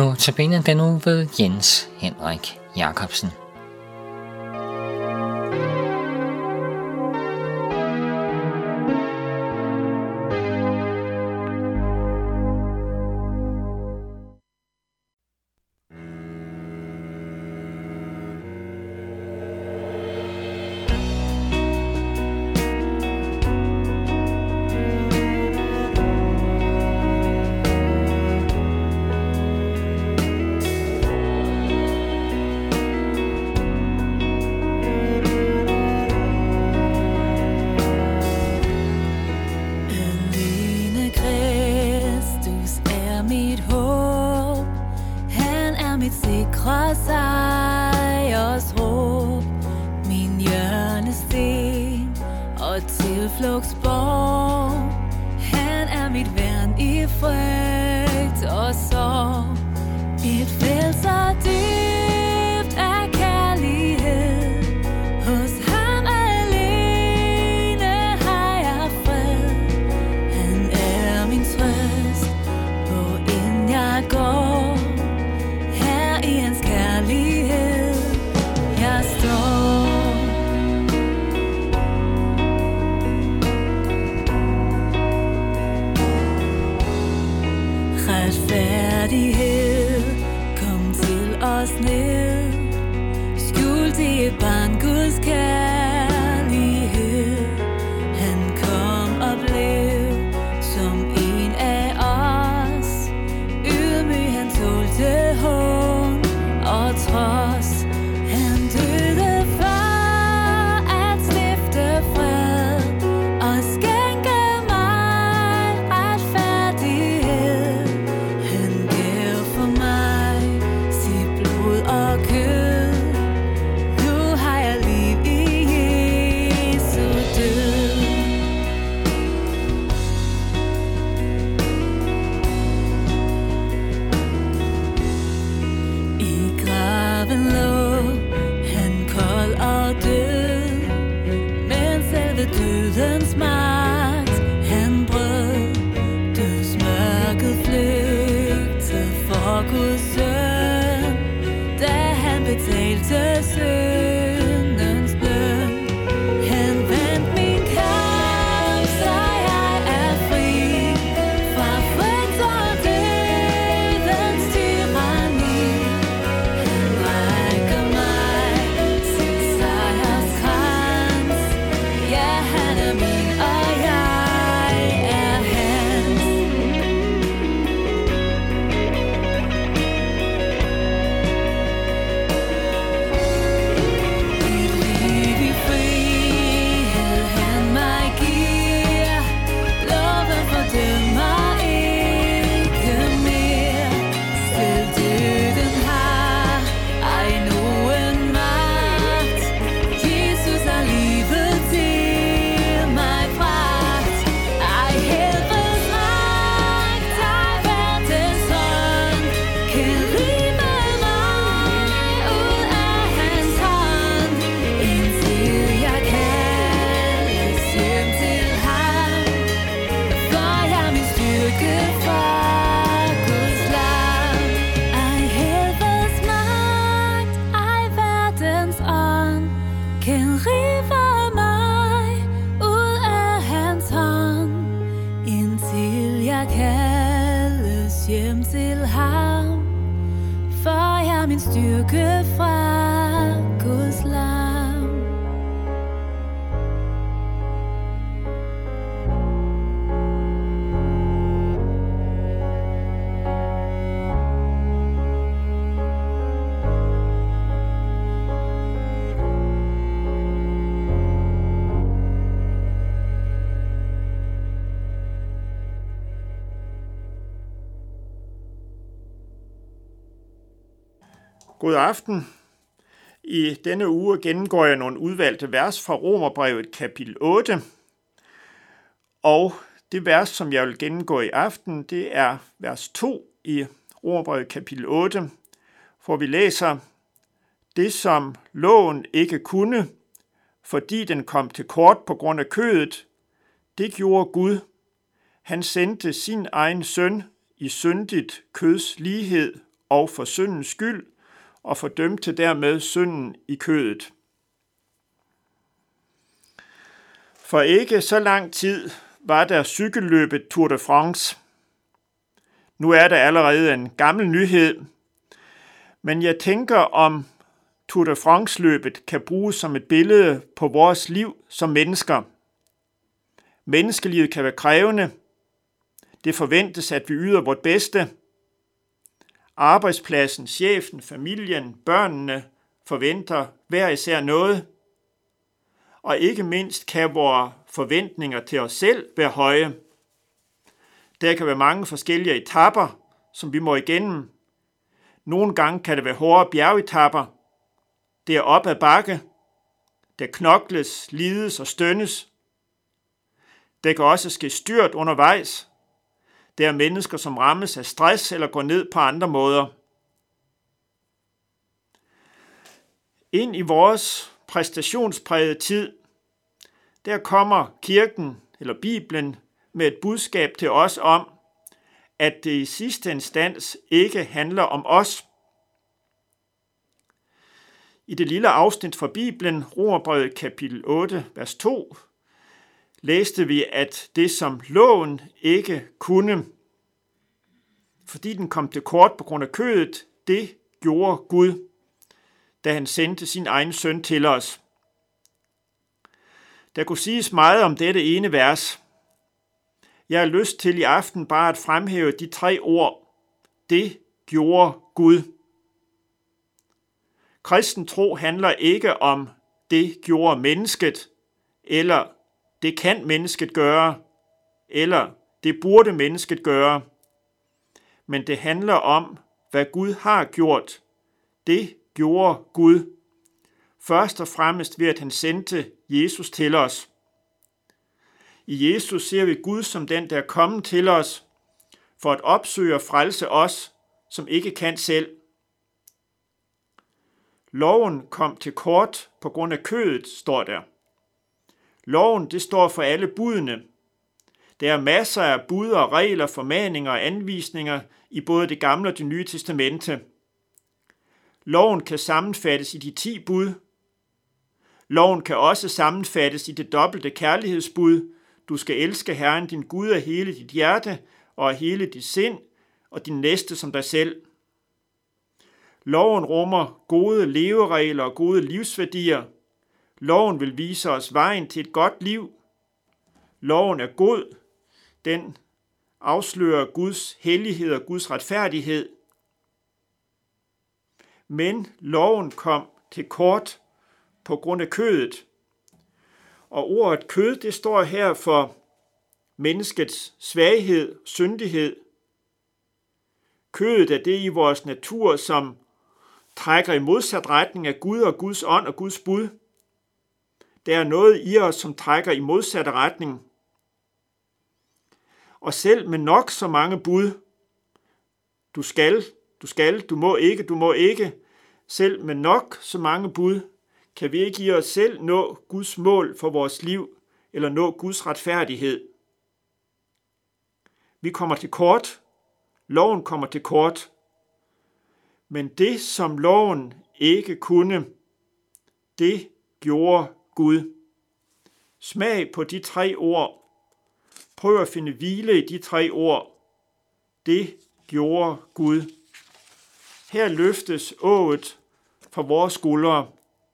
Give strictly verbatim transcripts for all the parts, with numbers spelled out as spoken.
Notabene den uge ved Jens Henrik Jacobsen. Sikre sejrsråb, min hjørnesten og tilflugtsborg. Han er mit værn i frygt og sorg. Et fælt så dybt af kærlighed, hos ham alene har jeg fred. Han er min trøst, hvor end jeg går. Retfærdighed kom til os ned, skjult i et barn Guds kærlighed. Han kom og blev som en af os, ydmyg han tålte hån og trods. Han døde for at stifte fred og skænke mig retfærdighed. Dødens magt, han brød, dødsmørket flygtede for Guds søn, da han betalte syndens løn. Han vandt min kamp, så jeg er fri, fra frygt og dødens tyranni. Han rækker mig sin sejrskrans, ja, han er min, og jeg er hans. Et liv i frihed han mig giver, loven fordømmer ikke mere. Selv døden har ej nogen magt, Jesus er livet til mig bragt. Ej helvedes magt, ej verdens ånd, kan rive mig ud af hans hånd, indtil jeg kaldes hjem til ham. For jeg min styrke fra Guds lam. Ej helvedes magt, ej verdens ånd, kan rive mig ud af hans hånd, indtil jeg kaldes hjem til ham. For jeg min styrke fra Guds lam. God aften. I denne uge gennemgår jeg nogle udvalgte vers fra Romerbrevet kapitel otte. Og det vers, som jeg vil gennemgå i aften, det er vers to i Romerbrevet kapitel otte, hvor vi læser: Det som loven ikke kunne, fordi den kom til kort på grund af kødet, det gjorde Gud. Han sendte sin egen søn i syndigt køds lighed og for syndens skyld, og fordømte dermed synden i kødet. For ikke så lang tid var der cykelløbet Tour de France. Nu er det allerede en gammel nyhed, men jeg tænker, om Tour de France-løbet kan bruges som et billede på vores liv som mennesker. Menneskelivet kan være krævende. Det forventes, at vi yder vort bedste. Arbejdspladsen, chefen, familien, børnene forventer hver især noget. Og ikke mindst kan vores forventninger til os selv være høje. Der kan være mange forskellige etaper, som vi må igennem. Nogle gange kan det være hårde bjergetapper. Det er op ad bakke. Der knokles, lides og stønnes. Der kan også ske styrt undervejs. Der er mennesker, som rammes af stress eller går ned på andre måder. Ind i vores præstationsprægede tid, der kommer kirken eller Bibelen med et budskab til os om, at det i sidste instans ikke handler om os. I det lille afsnit fra Bibelen, Romerbrevet kapitel otte, vers to, læste vi, at det som loven ikke kunne, fordi den kom til kort på grund af kødet, det gjorde Gud, da han sendte sin egen søn til os. Der kunne siges meget om dette ene vers. Jeg har lyst til i aften bare at fremhæve de tre ord. Det gjorde Gud. Kristen tro handler ikke om det gjorde mennesket, eller det kan mennesket gøre, eller det burde mennesket gøre. Men det handler om, hvad Gud har gjort. Det gjorde Gud. Først og fremmest ved, at han sendte Jesus til os. I Jesus ser vi Gud som den, der er kommet til os, for at opsøge og frelse os, som ikke kan selv. Loven kom til kort på grund af kødet, står der. Loven, det står for alle budene. Der er masser af bud og regler, formaninger og anvisninger i både det gamle og det nye testamente. Loven kan sammenfattes i de ti bud. Loven kan også sammenfattes i det dobbelte kærlighedsbud. Du skal elske Herren din Gud af hele dit hjerte og af hele dit sind og din næste som dig selv. Loven rummer gode leveregler og gode livsværdier. Loven vil vise os vejen til et godt liv. Loven er god. Den afslører Guds hellighed og Guds retfærdighed. Men loven kom til kort på grund af kødet. Og ordet kød, det står her for menneskets svaghed, syndighed. Kødet er det i vores natur, som trækker i modsat retning af Gud og Guds ånd og Guds bud. Der er noget i os, som trækker i modsatte retning. Og selv med nok så mange bud, du skal, du skal, du må ikke, du må ikke, selv med nok så mange bud, kan vi ikke i os selv nå Guds mål for vores liv, eller nå Guds retfærdighed. Vi kommer til kort. Loven kommer til kort. Men det, som loven ikke kunne, det gjorde Gud. Smag på de tre ord. Prøv at finde hvile i de tre ord. Det gjorde Gud. Her løftes ået fra vores skuldre.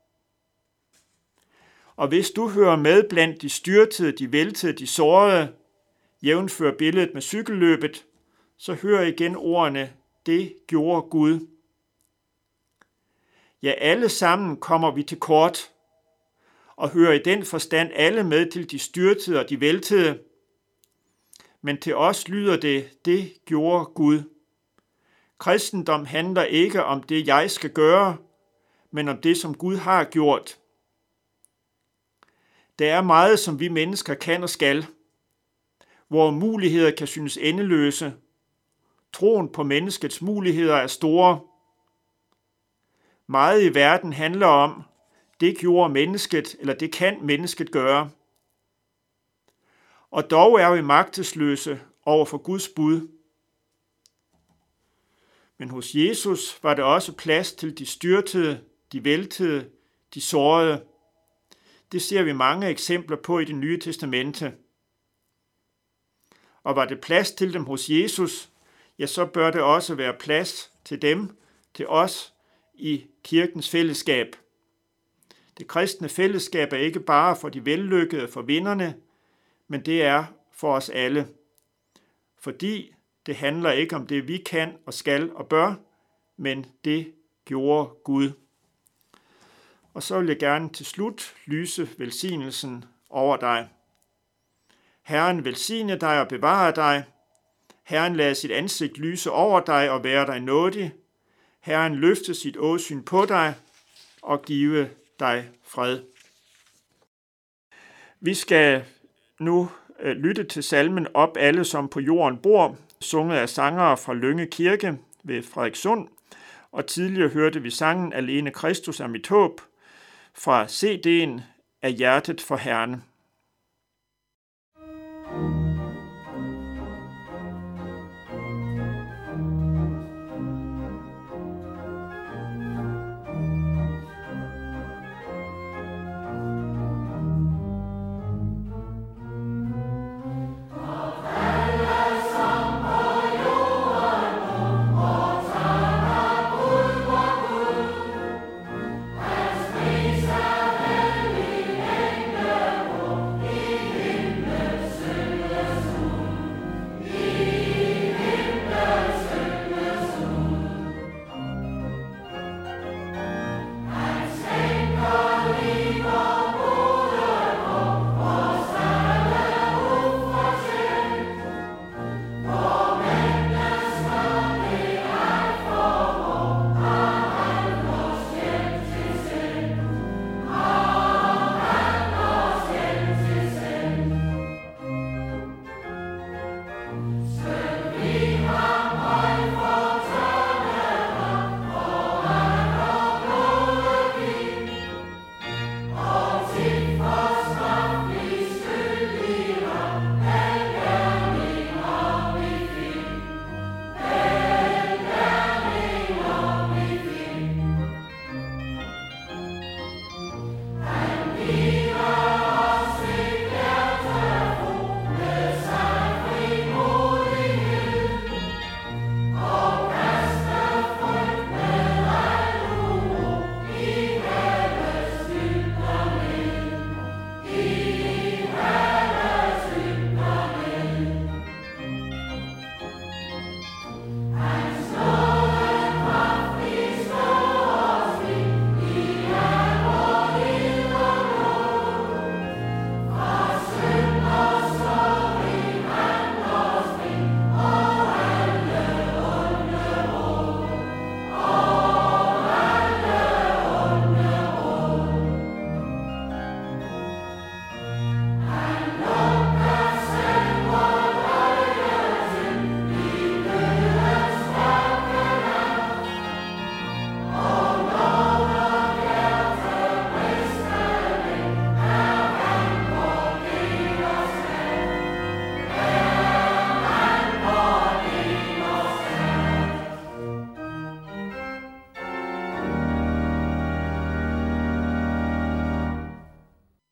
Og hvis du hører med blandt de styrtede, de væltede, de sårede, jævnfør billedet med cykelløbet, så hør igen ordene, det gjorde Gud. Ja, alle sammen kommer vi til kort, og hører i den forstand alle med til de styrtede og de væltede. Men til os lyder det, det gjorde Gud. Kristendom handler ikke om det, jeg skal gøre, men om det, som Gud har gjort. Der er meget, som vi mennesker kan og skal. Vore muligheder kan synes endeløse. Troen på menneskets muligheder er store. Meget i verden handler om, det gjorde mennesket, eller det kan mennesket gøre. Og dog er vi magtesløse over for Guds bud. Men hos Jesus var der også plads til de styrtede, de væltede, de sårede. Det ser vi mange eksempler på i Det Nye Testamente. Og var det plads til dem hos Jesus, ja, så bør det også være plads til dem, til os i kirkens fællesskab. Det kristne fællesskab er ikke bare for de vellykkede, for vinderne, men det er for os alle. Fordi det handler ikke om det, vi kan og skal og bør, men det gjorde Gud. Og så vil jeg gerne til slut lyse velsignelsen over dig. Herren velsigne dig og bevare dig. Herren lader sit ansigt lyse over dig og være dig nådig. Herren løfte sit åsyn på dig og give dig fred. Vi skal nu lytte til salmen Op alle, som på jorden bor, sunget af sangere fra Lynge Kirke ved Frederikssund. Og tidligere hørte vi sangen Alene Kristus er mit håb fra C D'en Af hjertet for Herren.